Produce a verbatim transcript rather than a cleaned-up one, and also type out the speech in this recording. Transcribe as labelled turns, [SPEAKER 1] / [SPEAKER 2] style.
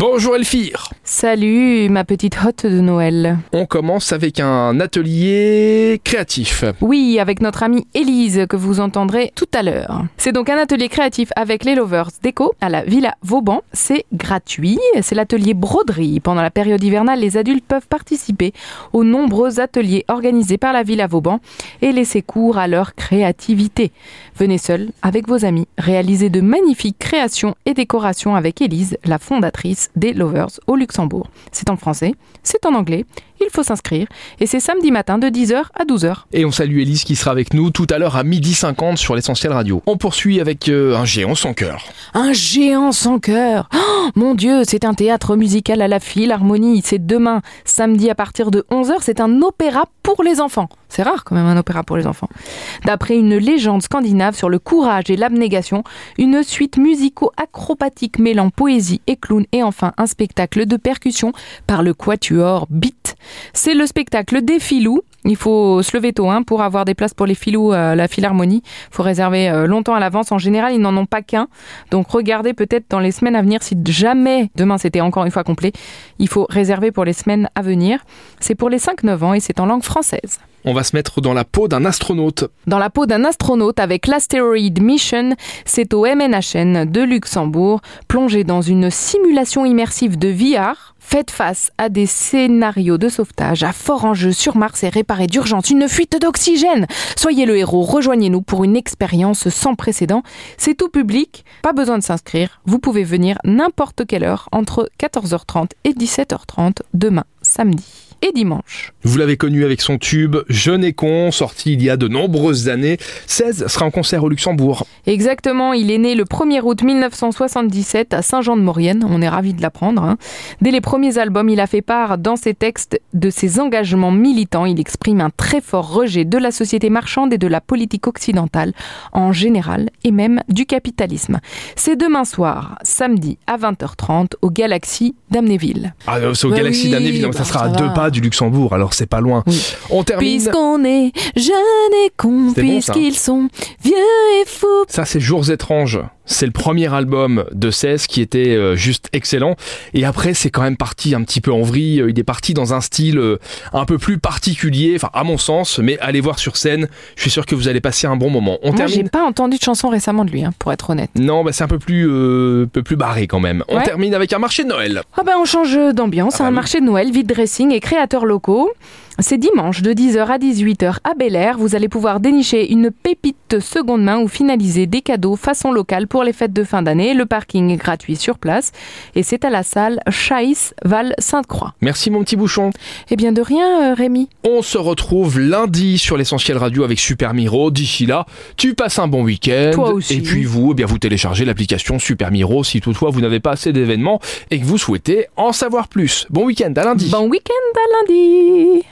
[SPEAKER 1] Bonjour Elfire.
[SPEAKER 2] Salut ma petite hôte de Noël.
[SPEAKER 1] On commence avec un atelier créatif.
[SPEAKER 2] Oui, avec notre amie Élise que vous entendrez tout à l'heure. C'est donc un atelier créatif avec les Lovers Déco à la Villa Vauban. C'est gratuit, c'est l'atelier broderie. Pendant la période hivernale, les adultes peuvent participer aux nombreux ateliers organisés par la Villa Vauban et laisser cours à leur créativité. Venez seul, avec vos amis, réaliser de magnifiques créations et décorations avec Élise, la fondatrice des Lovers au Luxembourg. C'est en français, c'est en anglais, il faut s'inscrire et c'est samedi matin de dix heures à douze heures.
[SPEAKER 1] Et on salue Élise qui sera avec nous tout à l'heure à midi cinquante sur l'Essentiel Radio. On poursuit avec euh, un géant sans cœur.
[SPEAKER 2] Un géant sans cœur. Oh, mon Dieu, c'est un théâtre musical à la Philharmonie. C'est demain, samedi à partir de onze heures. C'est un opéra pour les enfants. C'est rare quand même un opéra pour les enfants. D'après une légende scandinave sur le courage et l'abnégation, une suite musico-acrobatique mêlant poésie et clown et enfin un spectacle de percussion par le quatuor Beat. C'est le spectacle des Filous. Il faut se lever tôt hein, pour avoir des places pour les Filous à la Philharmonie. Il faut réserver euh, longtemps à l'avance. En général, ils n'en ont pas qu'un. Donc regardez peut-être dans les semaines à venir si jamais, demain c'était encore une fois complet, il faut réserver pour les semaines à venir. C'est pour les cinq neuf ans et c'est en langue française.
[SPEAKER 1] On va se mettre dans la peau d'un astronaute.
[SPEAKER 2] Dans la peau d'un astronaute avec l'Asteroid Mission, c'est au M N H N de Luxembourg, plongé dans une simulation immersive de V R. Faites face à des scénarios de sauvetage à fort enjeu sur Mars et réparez d'urgence une fuite d'oxygène. Soyez le héros, rejoignez-nous pour une expérience sans précédent. C'est tout public, pas besoin de s'inscrire. Vous pouvez venir n'importe quelle heure entre quatorze heures trente et dix-sept heures trente demain, samedi et dimanche.
[SPEAKER 1] Vous l'avez connu avec son tube « Jeune et con », sorti il y a de nombreuses années. seize sera en concert au Luxembourg.
[SPEAKER 2] Exactement, il est né le premier août mille neuf cent soixante-dix-sept à Saint-Jean-de-Maurienne. On est ravis de l'apprendre. Hein. Dès les premiers albums, il a fait part dans ses textes de ses engagements militants. Il exprime un très fort rejet de la société marchande et de la politique occidentale en général et même du capitalisme. C'est demain soir, samedi à vingt heures trente au Galaxy d'Amnéville.
[SPEAKER 1] Ah, c'est au
[SPEAKER 2] bah
[SPEAKER 1] Galaxy
[SPEAKER 2] oui,
[SPEAKER 1] d'Amnéville,
[SPEAKER 2] bah
[SPEAKER 1] ça sera
[SPEAKER 2] ça
[SPEAKER 1] à deux
[SPEAKER 2] va.
[SPEAKER 1] pas du Luxembourg, alors c'est pas loin.
[SPEAKER 2] Oui.
[SPEAKER 1] On termine.
[SPEAKER 2] Puisqu'on est jeunes et cons,
[SPEAKER 1] C'est bon,
[SPEAKER 2] puisqu'ils
[SPEAKER 1] ça.
[SPEAKER 2] sont vieux et fous.
[SPEAKER 1] Ça, c'est Jours étranges. C'est le premier album de seize qui était euh, juste excellent. Et après, c'est quand même parti un petit peu en vrille. Il est parti dans un style euh, un peu plus particulier, enfin à mon sens. Mais allez voir sur scène. Je suis sûr que vous allez passer un bon moment. On
[SPEAKER 2] Moi,
[SPEAKER 1] termine.
[SPEAKER 2] j'ai pas entendu de chanson récemment de lui, hein, pour être honnête.
[SPEAKER 1] Non, bah c'est un peu plus, euh, peu plus barré quand même. On
[SPEAKER 2] Ouais.
[SPEAKER 1] termine avec un marché de Noël.
[SPEAKER 2] Ah ben on change d'ambiance,
[SPEAKER 1] Ah bah
[SPEAKER 2] un
[SPEAKER 1] oui.
[SPEAKER 2] marché de Noël, vide dressing et créateurs locaux. C'est dimanche de dix heures à dix-huit heures à Bel Air. Vous allez pouvoir dénicher une pépite seconde main ou finaliser des cadeaux façon locale pour les fêtes de fin d'année. Le parking est gratuit sur place et c'est à la salle Chaïs Val Sainte-Croix.
[SPEAKER 1] Merci mon petit bouchon.
[SPEAKER 2] Eh bien de rien euh, Rémi.
[SPEAKER 1] On se retrouve lundi sur l'Essentiel Radio avec Super Miro. D'ici là, tu passes un bon week-end.
[SPEAKER 2] Toi aussi.
[SPEAKER 1] Et puis vous, eh bien vous téléchargez l'application Super Miro si toutefois vous n'avez pas assez d'événements et que vous souhaitez en savoir plus. Bon week-end, à lundi.
[SPEAKER 2] Bon week-end à lundi.